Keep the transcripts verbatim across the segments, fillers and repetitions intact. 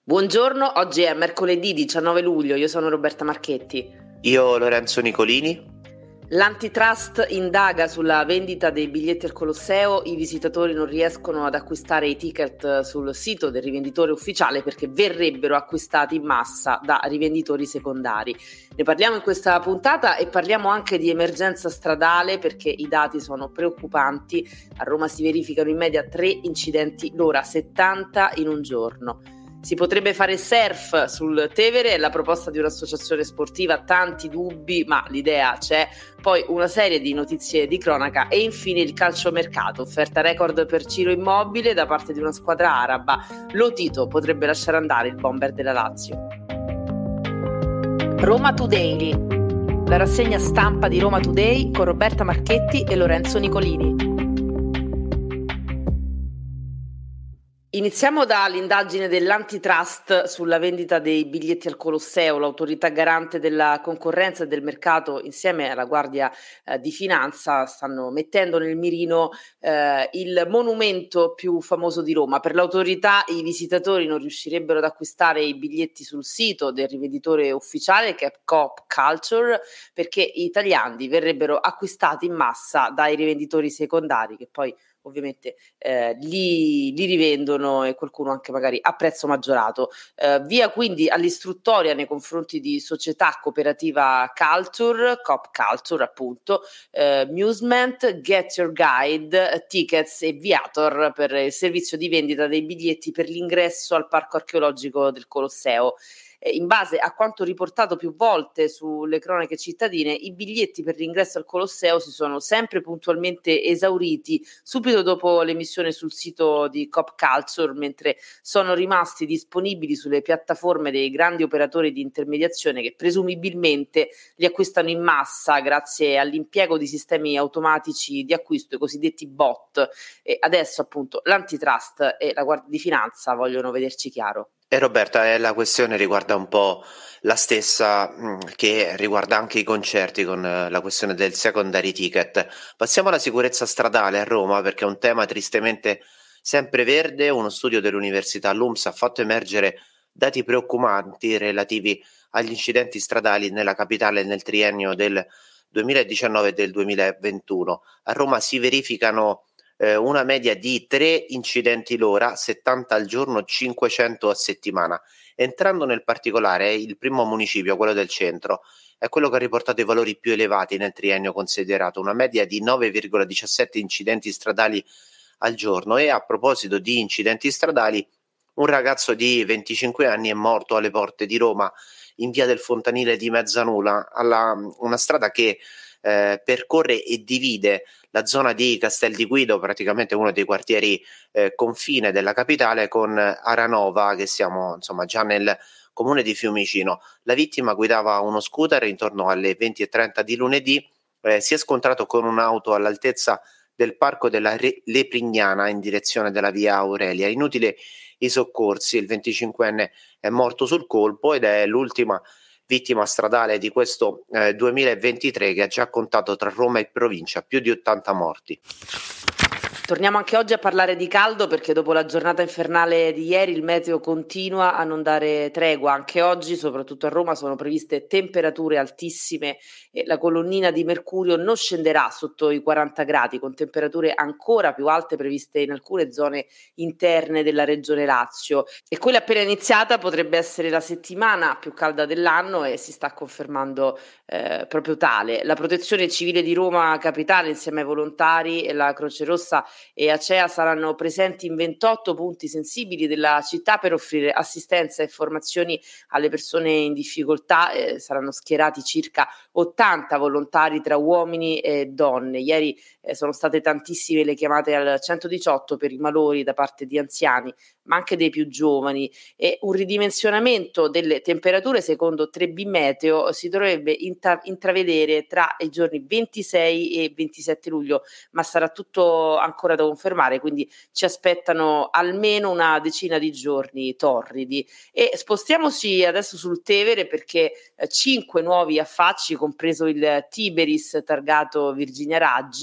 Buongiorno, oggi è mercoledì diciannove luglio, io sono Roberta Marchetti. Io Lorenzo Nicolini. L'antitrust indaga sulla vendita dei biglietti al Colosseo, i visitatori non riescono ad acquistare i ticket sul sito del rivenditore ufficiale perché verrebbero acquistati in massa da rivenditori secondari. Ne parliamo in questa puntata e parliamo anche di emergenza stradale perché i dati sono preoccupanti. A Roma si verificano in media tre incidenti l'ora, settanta in un giorno. Si potrebbe fare surf sul Tevere, è la proposta di un'associazione sportiva, tanti dubbi, ma l'idea c'è. Poi una serie di notizie di cronaca e infine il calciomercato, offerta record per Ciro Immobile da parte di una squadra araba. Lotito potrebbe lasciare andare il bomber della Lazio. Roma Today, la rassegna stampa di Roma Today con Roberta Marchetti e Lorenzo Nicolini. Iniziamo dall'indagine dell'antitrust sulla vendita dei biglietti al Colosseo. L'autorità garante della concorrenza e del mercato insieme alla Guardia eh, di Finanza stanno mettendo nel mirino eh, il monumento più famoso di Roma. Per l'autorità i visitatori non riuscirebbero ad acquistare i biglietti sul sito del rivenditore ufficiale che è Coop Culture perché gli italiani verrebbero acquistati in massa dai rivenditori secondari che poi ovviamente eh, li, li rivendono e qualcuno anche magari a prezzo maggiorato. Eh, via quindi all'istruttoria nei confronti di società cooperativa Culture, Coop Culture appunto, eh, Musement, Get Your Guide, Tickets e Viator per il servizio di vendita dei biglietti per l'ingresso al parco archeologico del Colosseo. In base a quanto riportato più volte sulle cronache cittadine, i biglietti per l'ingresso al Colosseo si sono sempre puntualmente esauriti subito dopo l'emissione sul sito di Coop Culture, mentre sono rimasti disponibili sulle piattaforme dei grandi operatori di intermediazione che presumibilmente li acquistano in massa grazie all'impiego di sistemi automatici di acquisto, i cosiddetti bot. E adesso appunto l'antitrust e la Guardia di Finanza vogliono vederci chiaro. E Roberta, eh, la questione riguarda un po' la stessa mh, che riguarda anche i concerti con eh, la questione del secondary ticket. Passiamo alla sicurezza stradale a Roma perché è un tema tristemente sempreverde. Uno studio dell'Università L U M S ha fatto emergere dati preoccupanti relativi agli incidenti stradali nella capitale nel triennio del duemiladiciannove e del duemilaventuno. A Roma si verificano una media di tre incidenti l'ora, settanta al giorno, cinquecento a settimana. Entrando nel particolare, il primo municipio, quello del centro, è quello che ha riportato i valori più elevati nel triennio considerato, una media di nove virgola diciassette incidenti stradali al giorno. E a proposito di incidenti stradali, un ragazzo di venticinque anni è morto alle porte di Roma in via del Fontanile di Mezzanula, alla, una strada che eh, percorre e divide la zona di Castel di Guido, praticamente uno dei quartieri eh, confine della capitale, con Aranova, che siamo insomma già nel comune di Fiumicino. La vittima guidava uno scooter intorno alle venti e trenta di lunedì, eh, si è scontrato con un'auto all'altezza del parco della Re- Leprignana in direzione della via Aurelia. Inutile i soccorsi, il venticinquenne è morto sul colpo ed è l'ultima vittima stradale di questo eh, duemilaventitré che ha già contato tra Roma e provincia più di ottanta morti. Torniamo anche oggi a parlare di caldo perché dopo la giornata infernale di ieri il meteo continua a non dare tregua. Anche oggi, soprattutto a Roma, sono previste temperature altissime e la colonnina di mercurio non scenderà sotto i quaranta gradi, con temperature ancora più alte previste in alcune zone interne della regione Lazio. E quella appena iniziata potrebbe essere la settimana più calda dell'anno e si sta confermando eh, proprio tale. La Protezione Civile di Roma Capitale, insieme ai volontari e la Croce Rossa e Acea, saranno presenti in ventotto punti sensibili della città per offrire assistenza e informazioni alle persone in difficoltà. Eh, saranno schierati circa ottanta volontari tra uomini e donne. Ieri eh, sono state tantissime le chiamate al centodiciotto per i malori da parte di anziani, ma anche dei più giovani, e un ridimensionamento delle temperature secondo tre B Meteo si dovrebbe inta- intravedere tra i giorni ventisei e ventisette luglio, ma sarà tutto ancora da confermare, quindi ci aspettano almeno una decina di giorni torridi. E spostiamoci adesso sul Tevere perché eh, cinque nuovi affacci, compreso il Tiberis targato Virginia Raggi,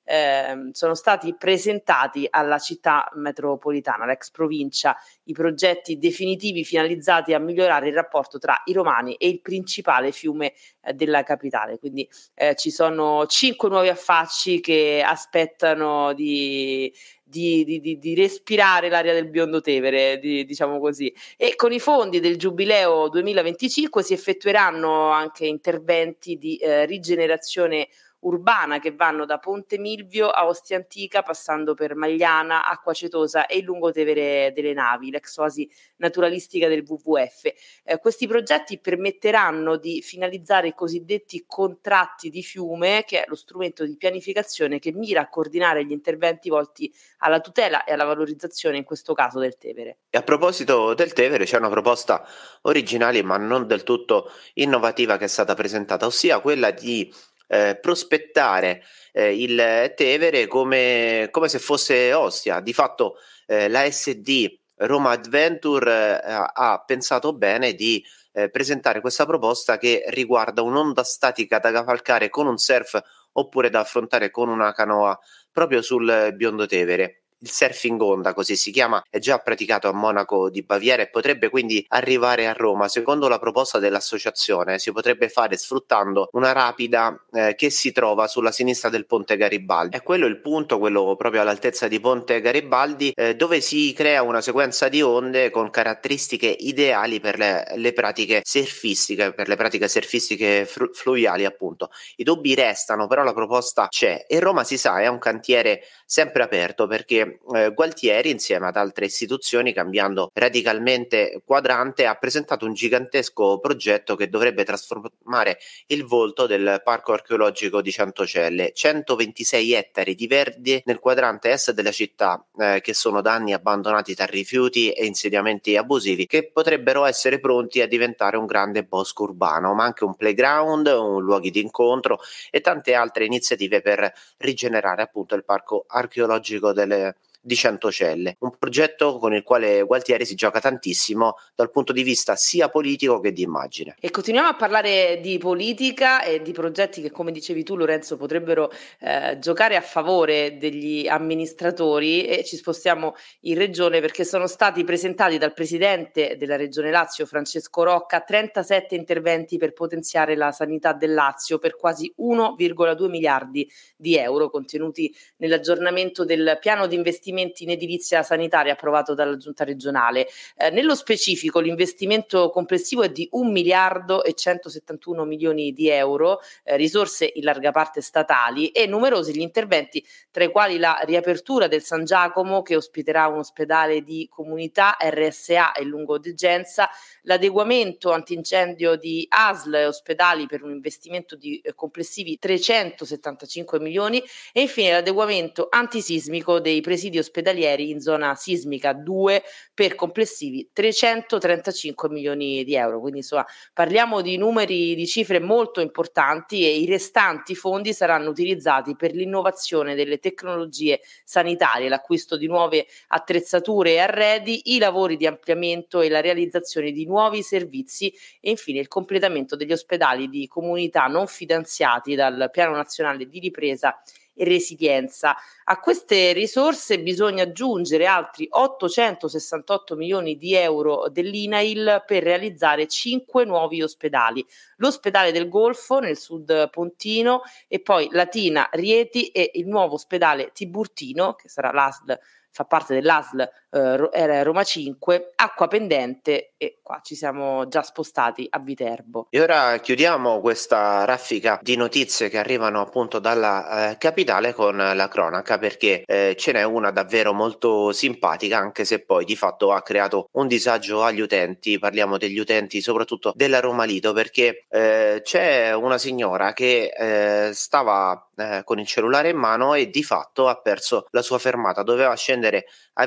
eh, sono stati presentati alla città metropolitana, l'ex provincia, i progetti definitivi finalizzati a migliorare il rapporto tra i romani e il principale fiume eh, della capitale. Quindi eh, ci sono cinque nuovi affacci che aspettano di Di, di, di respirare l'aria del Biondo Tevere, di, diciamo così. E con i fondi del Giubileo duemilaventicinque si effettueranno anche interventi di eh, rigenerazione urbana che vanno da Ponte Milvio a Ostia Antica, passando per Magliana, Acqua Cetosa e il Lungotevere delle Navi, l'ex oasi naturalistica del W W F. Eh, questi progetti permetteranno di finalizzare i cosiddetti contratti di fiume, che è lo strumento di pianificazione che mira a coordinare gli interventi volti alla tutela e alla valorizzazione, in questo caso, del Tevere. E a proposito del Tevere, c'è una proposta originale ma non del tutto innovativa che è stata presentata, ossia quella di eh, prospettare eh, il Tevere come, come se fosse Ostia. Di fatto eh, la S D Roma Adventure eh, ha pensato bene di eh, presentare questa proposta che riguarda un'onda statica da cavalcare con un surf oppure da affrontare con una canoa proprio sul Biondo Tevere. Il surfing onda, così si chiama, è già praticato a Monaco di Baviera e potrebbe quindi arrivare a Roma. Secondo la proposta dell'associazione si potrebbe fare sfruttando una rapida eh, che si trova sulla sinistra del Ponte Garibaldi. È quello il punto, quello proprio all'altezza di Ponte Garibaldi, eh, dove si crea una sequenza di onde con caratteristiche ideali per le, le pratiche surfistiche, per le pratiche surfistiche fru- fluviali appunto. I dubbi restano, però la proposta c'è e Roma, si sa, è un cantiere sempre aperto perché Eh, Gualtieri, insieme ad altre istituzioni, cambiando radicalmente quadrante, ha presentato un gigantesco progetto che dovrebbe trasformare il volto del parco archeologico di Centocelle, centoventisei ettari di verde nel quadrante est della città, eh, che sono da anni abbandonati tra rifiuti e insediamenti abusivi, che potrebbero essere pronti a diventare un grande bosco urbano, ma anche un playground, un luoghi di incontro e tante altre iniziative per rigenerare appunto il parco archeologico delle di Centocelle, un progetto con il quale Gualtieri si gioca tantissimo dal punto di vista sia politico che di immagine. E continuiamo a parlare di politica e di progetti che, come dicevi tu, Lorenzo, potrebbero eh, giocare a favore degli amministratori, e ci spostiamo in regione perché sono stati presentati dal presidente della regione Lazio, Francesco Rocca, trentasette interventi per potenziare la sanità del Lazio per quasi uno virgola due miliardi di euro, contenuti nell'aggiornamento del piano di investimenti in edilizia sanitaria approvato dalla giunta regionale. Eh, nello specifico l'investimento complessivo è di un miliardo e centosettantuno milioni di euro, eh, risorse in larga parte statali, e numerosi gli interventi, tra i quali la riapertura del San Giacomo, che ospiterà un ospedale di comunità, R S A e lungodegenza, l'adeguamento antincendio di A S L e ospedali per un investimento di eh, complessivi trecentosettantacinque milioni, e infine l'adeguamento antisismico dei presidi ospedalieri in zona sismica due per complessivi trecentotrentacinque milioni di euro. Quindi insomma parliamo di numeri, di cifre molto importanti, e i restanti fondi saranno utilizzati per l'innovazione delle tecnologie sanitarie, l'acquisto di nuove attrezzature e arredi, i lavori di ampliamento e la realizzazione di nuovi servizi, e infine il completamento degli ospedali di comunità non finanziati dal Piano Nazionale di Ripresa e Resilienza. A queste risorse bisogna aggiungere altri ottocentosessantotto milioni di euro dell'I N A I L per realizzare cinque nuovi ospedali: l'ospedale del Golfo nel sud pontino, e poi Latina, Rieti e il nuovo ospedale Tiburtino, che sarà l'A S L, fa parte dell'A S L eh, Roma cinque, Acqua Pendente, e qua ci siamo già spostati a Viterbo. E ora chiudiamo questa raffica di notizie che arrivano appunto dalla eh, capitale con la cronaca, perché eh, ce n'è una davvero molto simpatica, anche se poi di fatto ha creato un disagio agli utenti. Parliamo degli utenti soprattutto della Roma Lido, perché eh, c'è una signora che eh, stava eh, con il cellulare in mano e di fatto ha perso la sua fermata, doveva scendere a Vitini e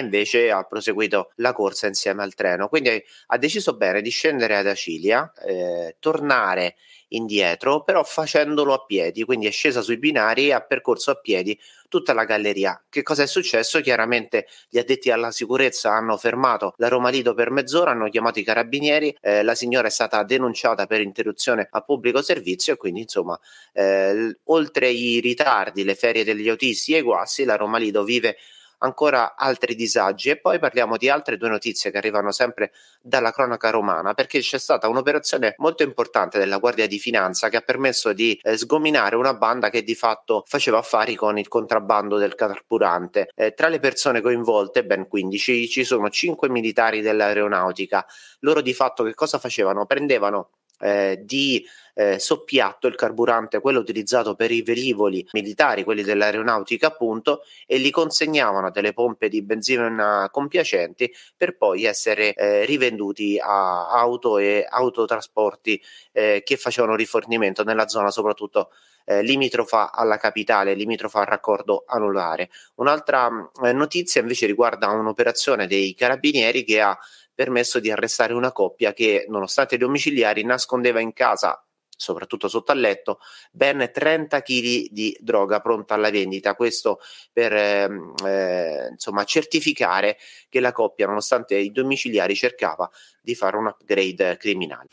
invece ha proseguito la corsa insieme al treno. Quindi ha deciso bene di scendere ad Acilia, eh, tornare indietro, però facendolo a piedi, quindi è scesa sui binari e ha percorso a piedi tutta la galleria. Che cosa è successo? Chiaramente gli addetti alla sicurezza hanno fermato la Roma Lido per mezz'ora, hanno chiamato i carabinieri, eh, la signora è stata denunciata per interruzione a pubblico servizio e quindi insomma eh, oltre i ritardi, le ferie degli autisti e i guasti, la Roma Lido vive ancora altri disagi. E poi parliamo di altre due notizie che arrivano sempre dalla cronaca romana, perché c'è stata un'operazione molto importante della Guardia di Finanza che ha permesso di eh, sgominare una banda che di fatto faceva affari con il contrabbando del carburante. Eh, tra le persone coinvolte, ben quindici, ci sono cinque militari dell'aeronautica. Loro di fatto che cosa facevano? Prendevano Eh, di eh, soppiatto il carburante, quello utilizzato per i velivoli militari, quelli dell'aeronautica appunto, e li consegnavano a delle pompe di benzina compiacenti per poi essere eh, rivenduti a auto e autotrasporti eh, che facevano rifornimento nella zona soprattutto eh, limitrofa alla capitale, limitrofa al raccordo anulare. Un'altra eh, notizia invece riguarda un'operazione dei carabinieri che ha permesso di arrestare una coppia che, nonostante i domiciliari, nascondeva in casa, soprattutto sotto al letto, ben trenta chili di droga pronta alla vendita. Questo per ehm, eh, insomma certificare che la coppia, nonostante i domiciliari, cercava di fare un upgrade criminale.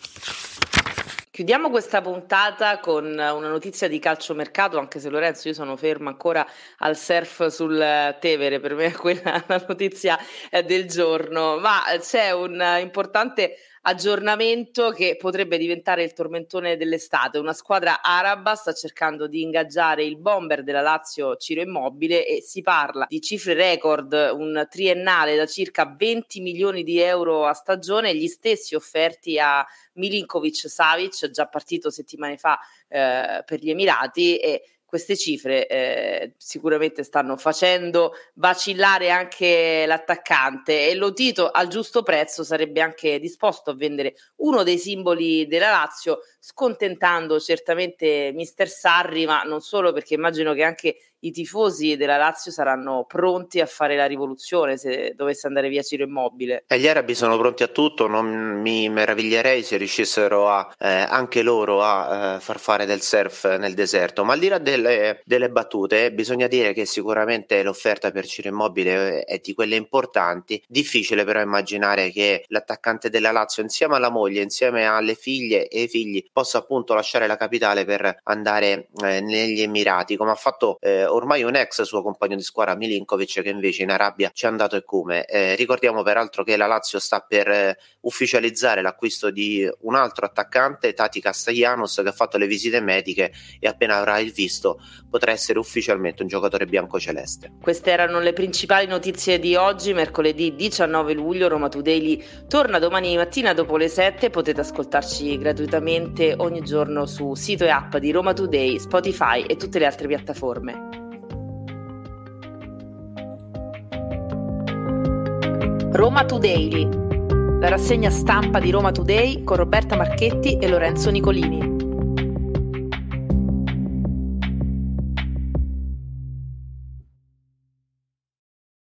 Chiudiamo questa puntata con una notizia di calciomercato, anche se Lorenzo io sono ferma ancora al surf sul Tevere, per me è quella la notizia del giorno, ma c'è un importante aggiornamento che potrebbe diventare il tormentone dell'estate. Una squadra araba sta cercando di ingaggiare il bomber della Lazio Ciro Immobile e si parla di cifre record, un triennale da circa venti milioni di euro a stagione, gli stessi offerti a Milinkovic-Savic, già partito settimane fa eh, per gli Emirati, e queste cifre eh, sicuramente stanno facendo vacillare anche l'attaccante, e Lotito al giusto prezzo sarebbe anche disposto a vendere uno dei simboli della Lazio, scontentando certamente mister Sarri, ma non solo, perché immagino che anche i tifosi della Lazio saranno pronti a fare la rivoluzione se dovesse andare via Ciro Immobile. E gli arabi sono pronti a tutto, non mi meraviglierei se riuscissero a, eh, anche loro a eh, far fare del surf nel deserto. Ma al di là delle, delle battute, bisogna dire che sicuramente l'offerta per Ciro Immobile è di quelle importanti. Difficile però immaginare che l'attaccante della Lazio, insieme alla moglie, insieme alle figlie e ai figli, possa appunto lasciare la capitale per andare eh, negli Emirati, come ha fatto eh, ormai un ex suo compagno di squadra Milinkovic, che invece in Arabia ci è andato e come. Eh, ricordiamo peraltro che la Lazio sta per eh, ufficializzare l'acquisto di un altro attaccante, Tati Castellanos, che ha fatto le visite mediche e appena avrà il visto potrà essere ufficialmente un giocatore biancoceleste. Queste erano le principali notizie di oggi, mercoledì diciannove luglio. Roma Today torna domani mattina dopo le sette, potete ascoltarci gratuitamente ogni giorno su sito e app di Roma Today, Spotify e tutte le altre piattaforme. Roma Today, la rassegna stampa di Roma Today con Roberta Marchetti e Lorenzo Nicolini.